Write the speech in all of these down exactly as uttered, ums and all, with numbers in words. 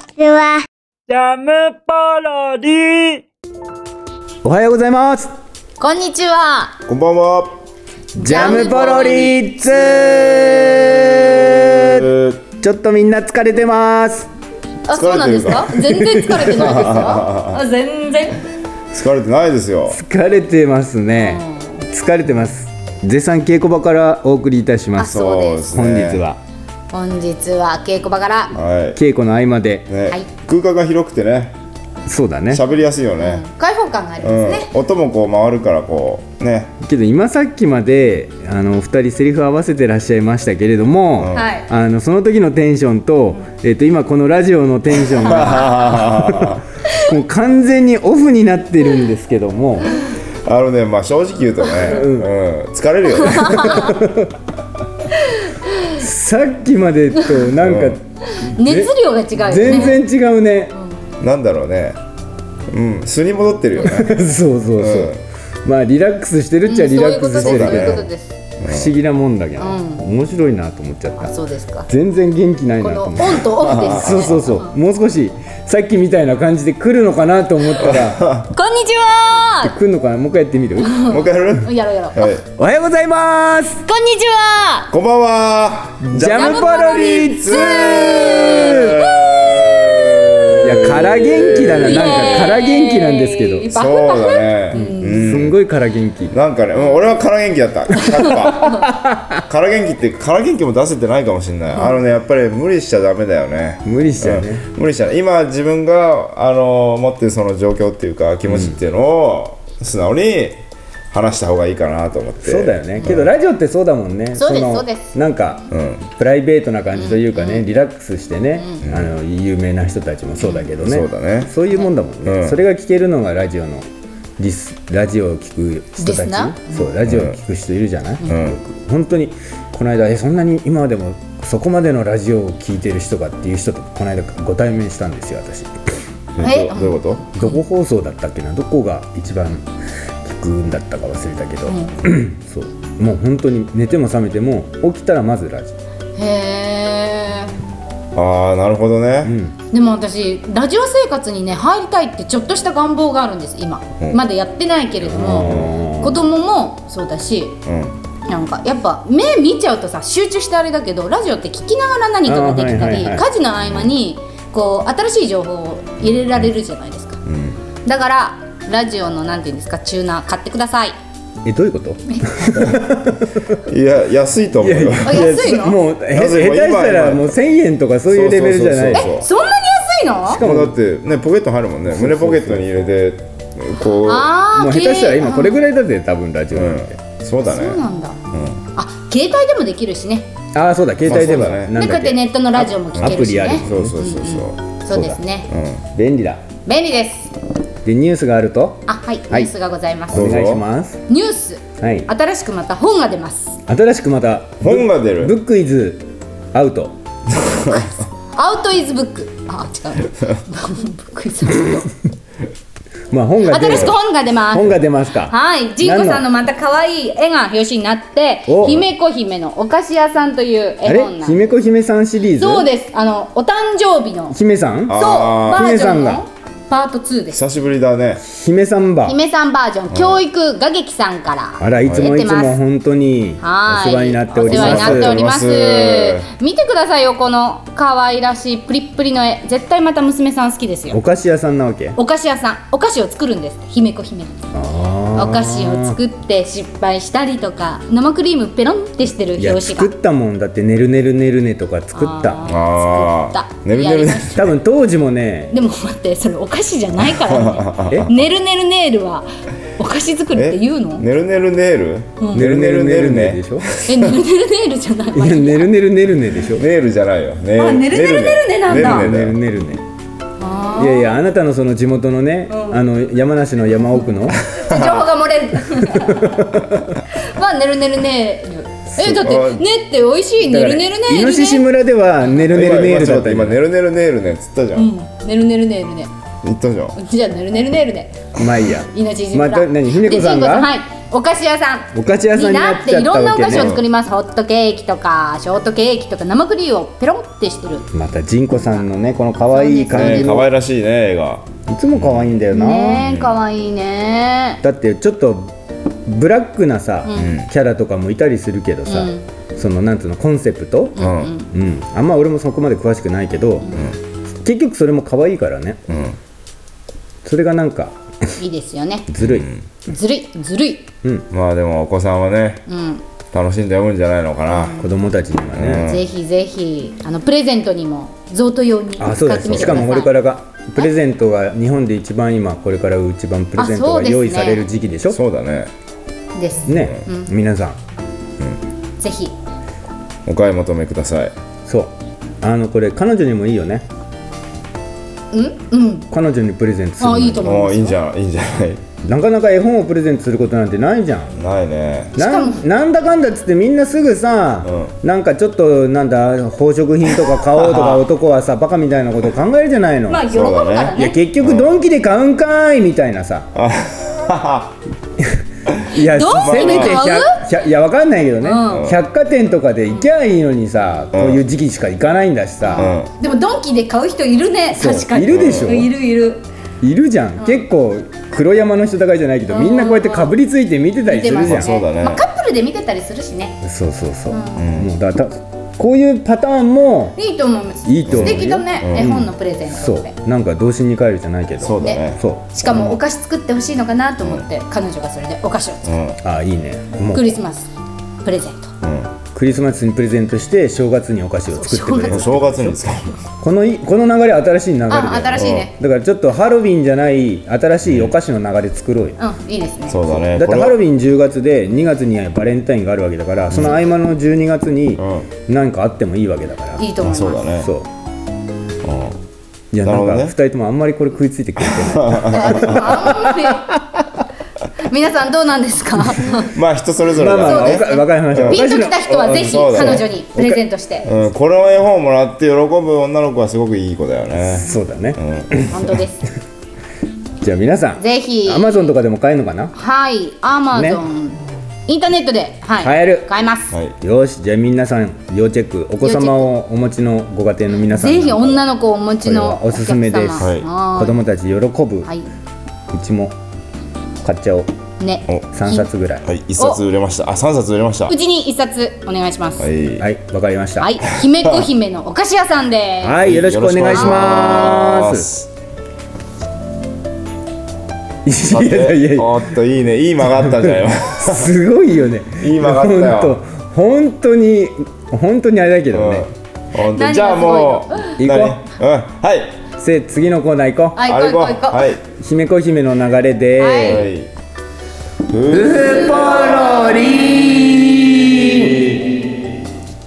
ちは。 ジャムパロディ。 おはようございます。 こんにちは。 こんばんは。 ジャムポロリッツ。ちょっとみんな疲れてます。 あ、そうなんですか？全然疲れてないですか？あ、全然疲れてないですよ。 疲れてますね。疲れてます。絶賛稽古場からお送りいたします。 あ、そうです。 本日は本日は稽古場から、 はい、 稽古の合間で、 ね、 はい、 空間が広くてね、 そうだね、 喋りやすいよね、 うん、開放感がありますね、 うん、音もこう回るからこうね。 けど今さっきまであのふたりセリフ合わせてらっしゃいましたけれども、うん、あのその時のテンションと、うん、えーと今このラジオのテンションがもう完全にオフになってるんですけどもあのね、まあ正直言うとね、うんうん、疲れるよねさっきまでとなんか、 うん、熱量が違うよね。 全然違うね、 うん、なんだろうね、うん、素に戻ってるよねそうそうそう、うん、まあリラックスしてるっちゃリラックスしてるけど、うん、不思議なもんだけど、うん、面白いなと思っちゃった。 あ、そうですか。 全然元気ないなと思って、 このオンとオフです、ね、 そうそうそう、うん、もう少しさっきみたいな感じで来るのかなと思ったらこんにちは来るのかな。もう一回やってみるもう一回やるやろうやろう、 はい、 おはようございます。 こんにちは。 こんばんは。 ジャムポロリッツ。いや、から元気だな。なんかから元気なんですけど。 そうだね、うん、 すんごいから元気。 なんかね、うん、俺はから元気だったから元気ってから元気も出せてないかもしれない、うん、あのね、やっぱり無理しちゃダメだよね。 無理しちゃうね、 うん、無理しちゃう。今自分があの持ってるその状況っていうか気持ちっていうのを素直に話した方がいいかなと思って。 そうだよね、うん、けどラジオってそうだもんね。 そうですそうです。 なんか、うん、プライベートな感じというかね、うん、リラックスしてね、うん、あの有名な人たちもそうだけどね、 そうだね、 そういうもんだもんね、うん、それが聞けるのがラジオのリスラジオを聞く人たち、そうラジオを聞く人いるじゃない、うん、本当にこの間えそんなに今でもそこまでのラジオを聞いてる人かっていう人とこの間ご対面したんですよ、私。 えど, どういうこと？ どこ放送だったっけな、どこが一番聞くんだったか忘れたけど、うん、そうもう本当に寝ても覚めても起きたらまずラジオ。 へー、 あー、なるほどね、うん、 でも私ラジオ生活にね入りたいってちょっとした願望があるんです今、うん、まだやってないけれども、子供もそうだし、うん、なんかやっぱ目見ちゃうとさ集中してあれだけど、ラジオって聞きながら何かができたり、はいはいはい、家事の合間にこう新しい情報を入れられるじゃないですか、うん、だからラジオのなんていうんですか、チューナー買ってください。 え、どういうこと？ いや、安いと思うよ。いやいや安いの？ もう下手したらもうせんえんとかそういうレベルじゃない。 え、そんなに安いの？ しかもだってね、ポケット入るもんね。胸ポケットに入れてこう、 あ、 もう下手したら今これぐらいだって多分ラジオなんて、 うん、そうだね。 そうなんだ、うん、あ、携帯でもできるしね。 ああ、そうだ、携帯でも、 ね、 でこうやってネットのラジオも聞けるしね。 アプリある。 そうそうそうそう、 うんうん、そうですね、 うん、便利だ。 便利です。 でニュースがあると、 あ、はい、はい、ニュースがございます。 お願いします。 ニュース、はい、新しくまた本が出ます。 新しくまた本が出る。 ブックイズアウトアウトイズブック、あ、違うブックイズアウトまあ本が出る。 新しく本が出ます。 本が出ますか。 はい、ジンコさんのまた可愛い絵が表紙になって、姫子姫のお菓子屋さんという絵本なんです。 姫子姫さんシリーズ。 そうです。あのお誕生日の姫さん。 そう、バージョンのパートツーです。 久しぶりだね。 姫さんバー。 姫さんバージョン、教育画劇さんから。 あら、いつもいつも本当にお世話になっております。 お世話になっております。見てくださいよ、この可愛らしいプリップリの絵。絶対また娘さん好きですよ。 お菓子屋さんなわけ。 お菓子屋さん、お菓子を作るんです。姫子姫。お菓子を作って失敗したりとか、生クリームペロンってしてる表紙が。 作ったもんだって、ねるねるねるねとか作った。 ああ、作った。ねるねるね。 多分当時もね。 でも待って、それお菓子じゃないからね。ねるねるねーるはお菓子作りって言うの？ ねるねるねーる？ うん、ねるねるねるねでしょ？ え、ねるねるねーるじゃない？ いや、ねるねるねるねでしょ？ ねーるじゃないよ。ねあ、ねるねるねるねなんだ。 ねるねるね。いやいや、あなたのその地元のね、うん、あの山梨の山奥の情報が漏れるまあ、ねるねるねーる。え、だってねって美味しい。ねるねるねーるね。 イノシシ村ではねるねるねーるだった。 今ねるねるねーるねっつったじゃん、 うん、ねるねるねーるね。 言ったじゃん。 じゃあねるねるねるでまあいいや。 命じまた何ひねこさんがはい、お菓子屋さんお菓子屋さんになっちゃったわけねになっていろんなお菓子を作ります。ホットケーキとかショートケーキとか生クリームをペロンってしてる。 またジンコさんのねこの可愛い感ねじの可愛らしいね映画。 いつも可愛いんだよな、 ねえかわいいね。 だってちょっとブラックなさ、キャラとかもいたりするけどさ、そのなんつうのコンセプト、 うんうんあんま俺もそこまで詳しくないけど、結局それも可愛いからね、 うんそれがなんかいいですよね。 ずるい、 ずるいずるい。 まあでもお子さんはねうん。 楽しんで読むんじゃないのかな。 子供たちにはね、 ぜひぜひあのプレゼントにも贈答用に使あそうですしかってみてください。 もこれからがプレゼントが日本で一番今これから一番プレゼントがあそうですね用意される時期でしょ。 そうだね。 です。 ね、皆さんぜひ。 お買い求めください。 そうあのこれ彼女にもいいよね。 うんうん。 彼女にプレゼントするのあいいと思いますよ。 もういいんじゃんいいんじゃない。 なかなか絵本をプレゼントすることなんてないじゃん。 ないね。 なんなんだかんだっつってみんなすぐさ、なんかちょっとなんだ宝飾品とか買おうとか男はさバカみたいなこと考えるじゃないの、 まあ喜ぶからそうだいやね。 結局ドンキで買うんかーいみたいなさ、いやドンキでせめて買うひゃひゃいやわかんないけどね、 うん百貨店とかで行きゃいいのにさ、こういう時期しか行かないんだしさ、 うんでもドンキで買う人いるね。 そう確かに。 いるでしょうんいるいる。 いるじゃん、結構黒山の人高いじゃないけど、みんなこうやってかぶりついて見てたりするじゃん、 見てますそうだねまあカップルで見てたりするしね。 そうそうそう、もうだたこういうパターンもいいと思います。 いいと思うよ素敵だね。絵本のプレゼンそトって。 うなんか童心に帰るじゃないけどそうだね。 そうしかもお菓子作ってほしいのかなと思って、彼女がそれでお菓子を作る。 うんああいいねもうクリスマスプレゼント。 クリスマスにプレゼントして正月にお菓子を作ってくれるお正月に使う。 このいこの流れ新しい流れだよあ新しいね。 だからちょっとハロウィンじゃない新しいお菓子の流れ作ろうよ、 うんいいですね。 そうだね。 だってこれハロウィンじゅうがつでにがつにはバレンタインがあるわけだから、その合間のじゅうにがつに何かあってもいいわけだから、 いいと思います。 そうだね。 そううんいやなんかなるほどねふたりともあんまりこれ食いついてくれてない私もあんまり皆さんどうなんですか？ まあ人それぞれまあまあだね。 わかわかりましたピンときた人はぜひそうだね彼女にプレゼントして。 うん、この絵本をもらって喜ぶ女の子はすごくいい子だよね。 そうだね、 本当です。 じゃあ皆さんぜひアマゾンとかでも買えるのかな。 はいアマゾンインターネットではい買える買えます。 はい。 よしじゃあ皆さん要チェック、お子様をお持ちのご家庭の皆さんぜひ女の子をお持ちのこれはおすすめですはい子供たち喜ぶ、 はいうちも買っちゃおうね。 おさんさつぐらいはい、一冊売れました。あ、三冊売れました。 うちに一冊お願いします。 ははい。 い。 はいわかりました姫子姫のお菓子屋さんです。 はいよろしくお願いしますいさやいやいて、 やおっといいね、いい間があったんじゃないすごいよねいい間があったよほんと本当に本当にあれだけどね、 本当何がじゃあもうすごいの何うん、はい。 せ次のコーナー行こう、 はいあれ行こう行こう行こう。 はい。 姫子姫の流れで、 はいはい。ふウうポロリ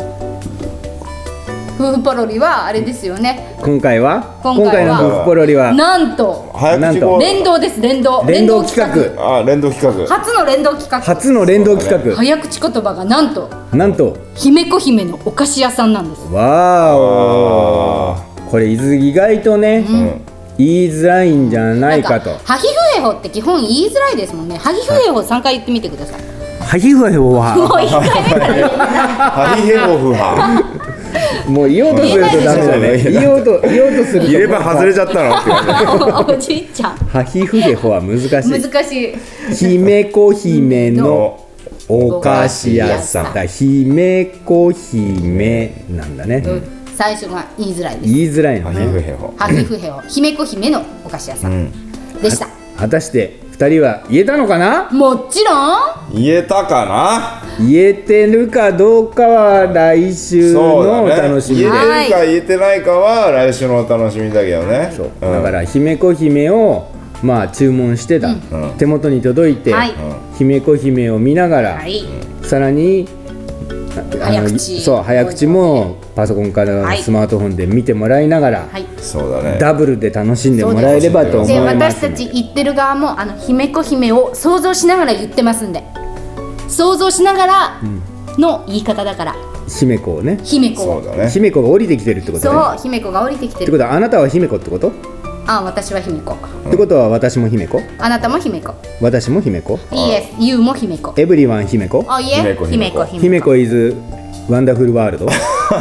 夫婦ポロリはあれですよね。 今回は今回はの夫婦ポロリはなんと早口語。 連動です連動連動企画あ、連動企画。 初の連動企画。 初の連動企画、 早口言葉がなんとなんと姫子姫のお菓子屋さんなんです。 わーおあこれ意外とね、言いづらいんじゃないかと。 ハヒフヘホって基本言いづらいですもんね。ハヒフヘホさんかい言ってみてください。 ハヒフヘホはもう一回ハリヘボフハ。 もう言おうとするとダメだね。 言えない言おうと言おうとすると入れ歯外れちゃったのって感じ。 おじいちゃんハヒフヘホは難しい。 難しい。 姫子姫のお菓子屋さん。だから姫子姫なんだね。 最初が言いづらいです。 言いづらいのハリフね。 ヘホ。 ハヒフヘホ姫子姫のお菓子屋さんでした。 果たして二人は言えたのかな？ もちろん言えたかな。 言えてるかどうかは来週そうのおだね。 楽しみで。 言えてるか言えてないかは来週のお楽しみだけどね。 そううんだから姫子姫をまあ注文してた、 ん手元に届いて、 はい姫子姫を見ながら、 はいさらにああの早口そう早口もパソコンからはいスマートフォンで見てもらいながら、 はい。 そうだね。 ダブルで楽しんでもらえればと思でいます私たち言ってる側もあの姫子姫を想像しながら言ってますんで、想像しながらの言い方だから姫子をね姫子を。 そうだね。 姫子が降りてきてるってことねそう姫子が降りてきてる。 ってことはあなたは姫子ってこと？ あ、私は姫子。 ってことは私も姫子、 あなたも姫子。 私も姫子、 イエス、ユーも姫子。 エブリワン姫子、 あ、いえ、 姫子姫子、 姫子 is ワンダフルワールド。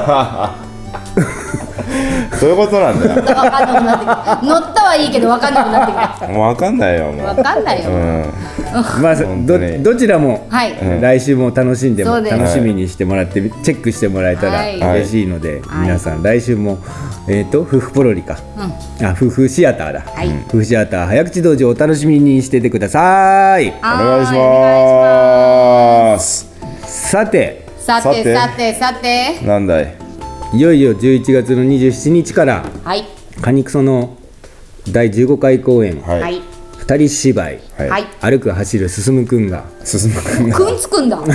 そういうことなんだよ。 わかんなくなってきた。乗ったはいいけどわかんなくなってきもう分かんないよもう。 た。わかんないよ。 うんまあど本当にどちらもはい。 ん来週も楽しんでもそうです楽しみにしてもらってチェックしてもらえたらはい嬉しいので、 はい皆さん来週もえっ、と夫婦ポロリか、あ夫婦シアターだ、 はい夫婦シアター早口道場お楽しみにしててください。 お願いしはます。 さてい。さてさてさて。 なんだい。 いよいよじゅういちがつのにじゅうしちにちからはい。 カニクソのだいじゅうごかい公演、 はい、 はい。 二人芝居、 はいはい。 歩く走る進むくんが進むくんがくんつくんだ。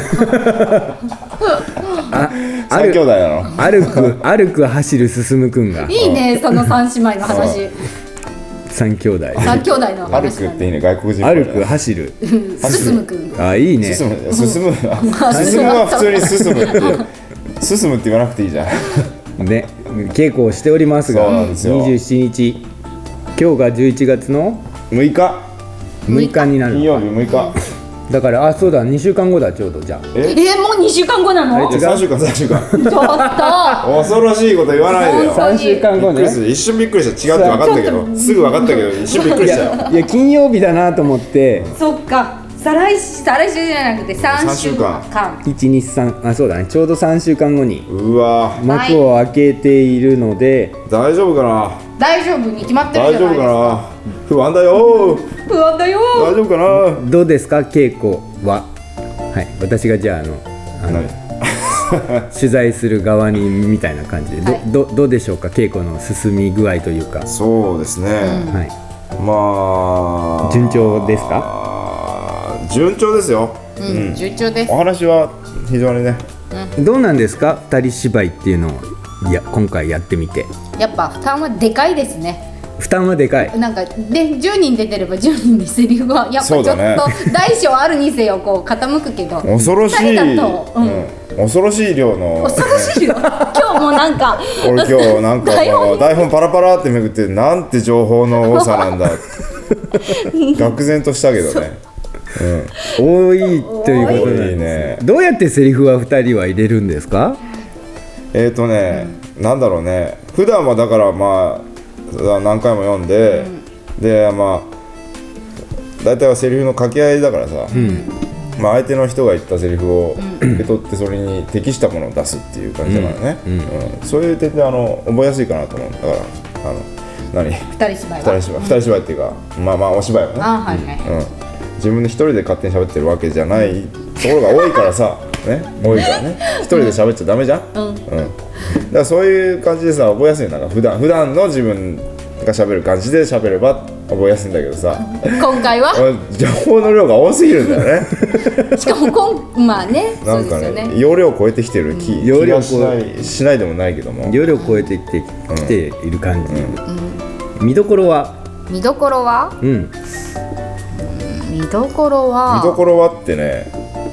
三兄弟なの。 歩く歩く走る進むくんがいいね、その三姉妹の話。 三兄弟三兄弟の歩話なんで。 くっていいね、外国人っぽいね。 歩く走る進むくん。 あいいね進む進むあ進むは普通に進むって進むって言わなくていいじゃん。 ね稽古をしておりますがそうなんですよにじゅうしちにち今日がじゅういちがつのむいかむいかになる金曜日むいか。 だからあそうだにしゅうかんごだちょうどじゃあええ、もう二週間後なの？ちょっさんしゅうかんさんしゅうかん。 と。 恐ろしいこと言わないでよ。 さんしゅうかんごねびっくりする一瞬びっくりした。違うって分かったけどすぐ分かったけど一瞬びっくりしたよ。 いや金曜日だなと思ってそっか。再来週、再来週じゃなくて三週間。 いちにさんあそうだねちょうどさんしゅうかんごにうわ幕を開けているので、 大丈夫かな。 大丈夫に決まってる大じゃないですか。 丈夫かな。不安だよ。 不安だよ。 大丈夫かな。 どうですか稽古は。はい私がじゃああのあの取材する側にみたいな感じで、 はいどどどうでしょうか稽古の進み具合というか、 そうですね。 はい、 まあ順調ですか。 順調ですよ。 うん、順調ですお。話は非常にね。 どうなんですか二人芝居っていうのをいや今回やってみてやっぱ負担はでかいですね。 負担はでかい。 なんかでじゅうにん出てればじゅうにんにセリフがやっぱちょっとそうだね大小あるにせよこう傾くけど恐ろしい、 ふたりだと、うんうん恐ろしい量の恐ろしいよ今日もなんか俺今日なんか台本もう台本パラパラってめくってなんて情報の多さなんだ愕然としたけどね。 多いということなん多いですね。 どうやってセリフは二人は入れるんですか。 えーとね、なんだろうね普段はだからまあ何回も読んで、でまあ大体はセリフの掛け合いだからさ、まあ、相手の人が言ったセリフを受け取ってそれに適したものを出すっていう感じだからね、うんそういう点であの覚えやすいかなと思うんだからあの何二人芝居は二人芝居二人芝居っていうかまあまあお芝居はね、 あはいはい、 うん、自分で一人で勝手に喋ってるわけじゃないところが多いからさね多いからね一人で喋っちゃダメじゃん、うんだからそういう感じでさ覚えやすいなんか普段普段の自分が喋る感じで喋れば覚えやすいんだけどさ今回は情報の量が多すぎるんだよねしかも今まあねそなんかうですよねね容量を超えてきてる気,、 ん気がしないしないでもないけども容量を超えてきてきている感じ、見どころは見どころはうん見どころは見どころはってね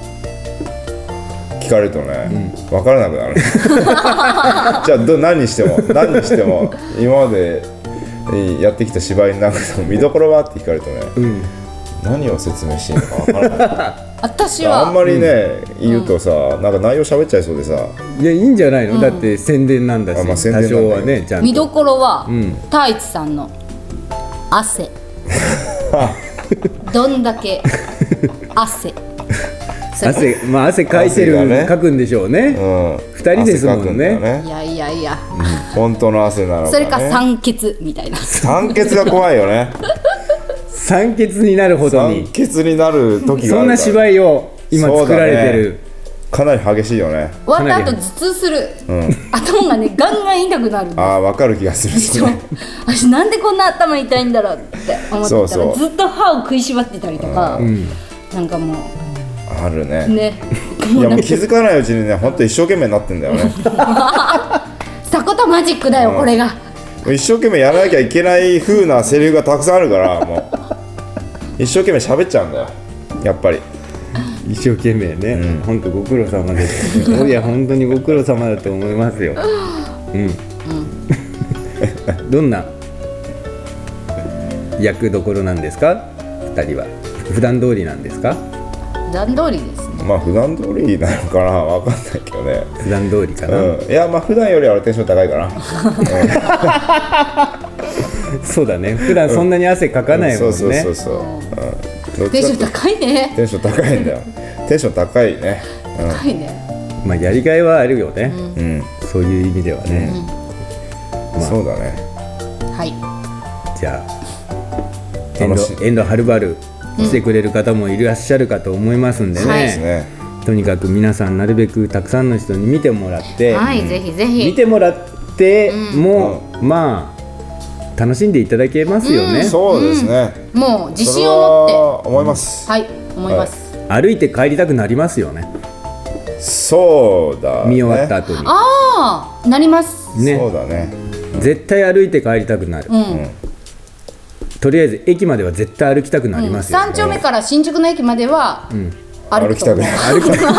聞かれるとね、分からなくなるじゃあど何にしても何にしても今までやってきた芝居の中でも見どころはって聞かれるとね、 うん何を説明していいのか分からない私はあんまりね、言うとさなんか内容喋っちゃいそうでさいやいいんじゃないの、だって宣伝なんだし、 あまあ宣伝多なんだけど少はねちゃんと見どころは、 ん太一さんの汗どんだけ汗それ汗まあ汗かいてる、 汗がねかくんでしょうね、 うん二人ですもんね汗かくんだよねいやいやいや、 本当の汗なのか、ね、 それか酸欠みたいな酸欠が怖いよね酸欠になるほど酸に欠になる時があるからそんな芝居を今作られてる、 かなり激しいよね終わった後頭痛する、頭がねガンガン痛くなるああ分かる気がするそう私なんでこんな頭痛いんだろうって思ってたらそうそうずっと歯を食いしばってたりとか、なんかもあるねうねいやもうもうなんか気づかないうちにねほんと一生懸命になってんだよね迫田マジックだよ、これが一生懸命やらなきゃいけない風なセリフがたくさんあるからもう一生懸命喋っちゃうんだよやっぱり一生懸命ね、本当ご苦労様ですいや本当にご苦労様だと思いますようん、どんな役どころなんですかふたりは。普段通りなんですか？ 普段通りですね。 まあ普段通りなのかな、わかんないけどね。 普段通りかな、 うん、いやまあ普段よりはテンション高いかな。 そうだね、普段そんなに汗かかないもんね、 そうそうそうそう、うん、 テンション高いね。 テンション高いんだよ。テンション高いね。 高いね。 まあやりがいはあるよね、 うん、うん、 そういう意味ではね、まあそうだね。 はい。 じゃあ遠楽しい路遠路はるばる来てくれる方もいらっしゃるかと思いますんでね、 はいですね。 とにかく皆さんなるべくたくさんの人に見てもらって、 はい、ぜひぜ見ひ。 てもらっても、まあ楽しんでいただけますよね、 そうですね。 もう自信それを持って。 は思います。 はい、思います。 歩いて帰りたくなりますよね、 そうだね。 見終わった後に、 ああ、なります。 ねそうだね。 絶対歩いて帰りたくなる、 うん。 とりあえず駅までは絶対歩きたくなりますよ、 三丁目から新宿の駅までは歩歩きたくくと思う。 ない。 歩きたく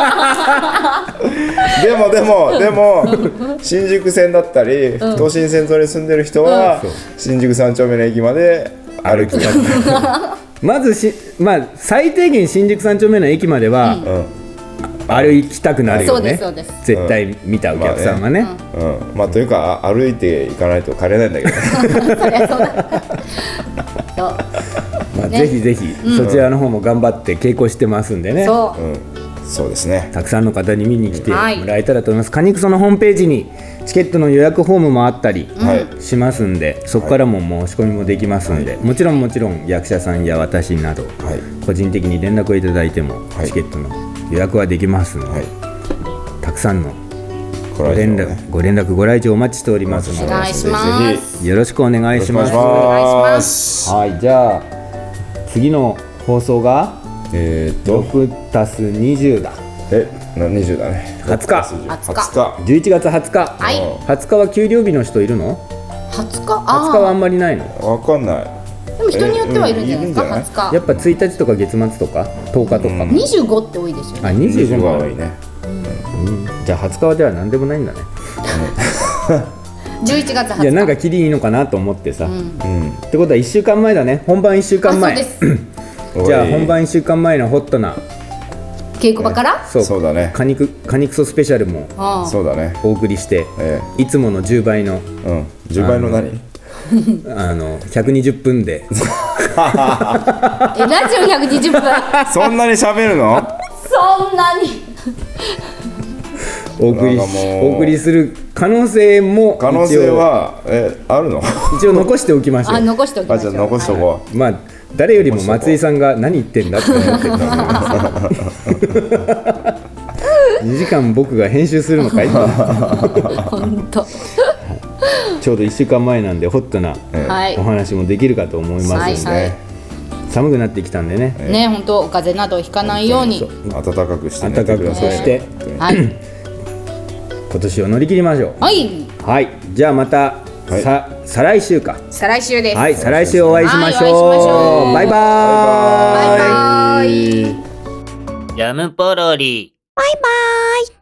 でもでもでも新宿線だったり東新線沿いに住んでる人はうん新宿三丁目の駅まで歩きたくない。 まずし、まあ、最低限新宿三丁目の駅までは、 うん歩きたくなるよね、 そうですそうです絶対見たお客さんはね、 うん、まあというかあ歩いて行かないと帰れないんだけど。 そりゃそうだ。そう。 まあ、 ねぜひぜひ、そちらの方も頑張って稽古してますんでね、 そう。 うん、そうですね。 たくさんの方に見に来てもはいらえたらと思います。カニクソのホームページにチケットの予約フォームもあったりはいしますんで、そこからも申し込みもできますんで、もちろんもちろん役者さんや私など、 はい個人的に連絡をいただいても、 はいチケットの予約はできますので、 はいたくさんのごご連絡、 来場ねご連絡ご来場お待ちしておりますのお願いしますぜひで、よろしくお願いします。 よろしくお願いします。 はい、じゃあ次の放送がえーっとろくたすにじゅうだ。 えなにじゅうだね。 はつかはつか。 じゅういちがつはつか。 はい。 はつかは給料日の人いるの？ はつか。 はつかはああんまりないの？ わかんない。 あ。でも人によってはいるんじゃないですか。 えうんいるんじゃないはつかや。っぱついたちとか月末とかとおかとか、 にじゅうごって多いですよあね。 にじゅうごもある多いね。 じゃあはつかはじゃあ何でもないんだね。 じゅういちがつはつか。 いやなんか切りいいのかなと思ってさ、 うん。 ってことはいっしゅうかんまえだね。本番いっしゅうかんまえ。 あ、そうです。 じゃあおい本番いっしゅうかんまえのホットな稽古場から。 そうそうだね。 カニクカニクソスペシャルもああ。 そうだね。 お送りして、 えいつものじゅうばいのえうん。じゅうばいの何？ あのひゃくにじゅっぷんでえ、ラジオひゃくにじゅっぷん。 そんなに喋るの？ そんなに。 お送りなんかもうお送りする可能性も可能性はえあるの？ 一応一応残しておきましょあ、 う。 残しておきましょう。 あじゃあ残しとこまあ誰よりも松井さんが何言ってんだって思ってると思いますにじかん僕が編集するのかい本当。 ちょうどいっしゅうかんまえなんでホットなはいお。話もできるかと思いますので、 はいね。 寒くなってきたんでね、 ね、本当お風邪などひかないように。 暖かくして寝暖かくてください。 そしてはい。 今年を乗り切りましょはい。 う。はい、じゃあまた、 はいさ再来週か。 再来週です。 はい、再来週お会いしましょう。 はいお会いしましょうバイバーイ。 バイバーイ。 ジャムポロリ。 バイバーイ。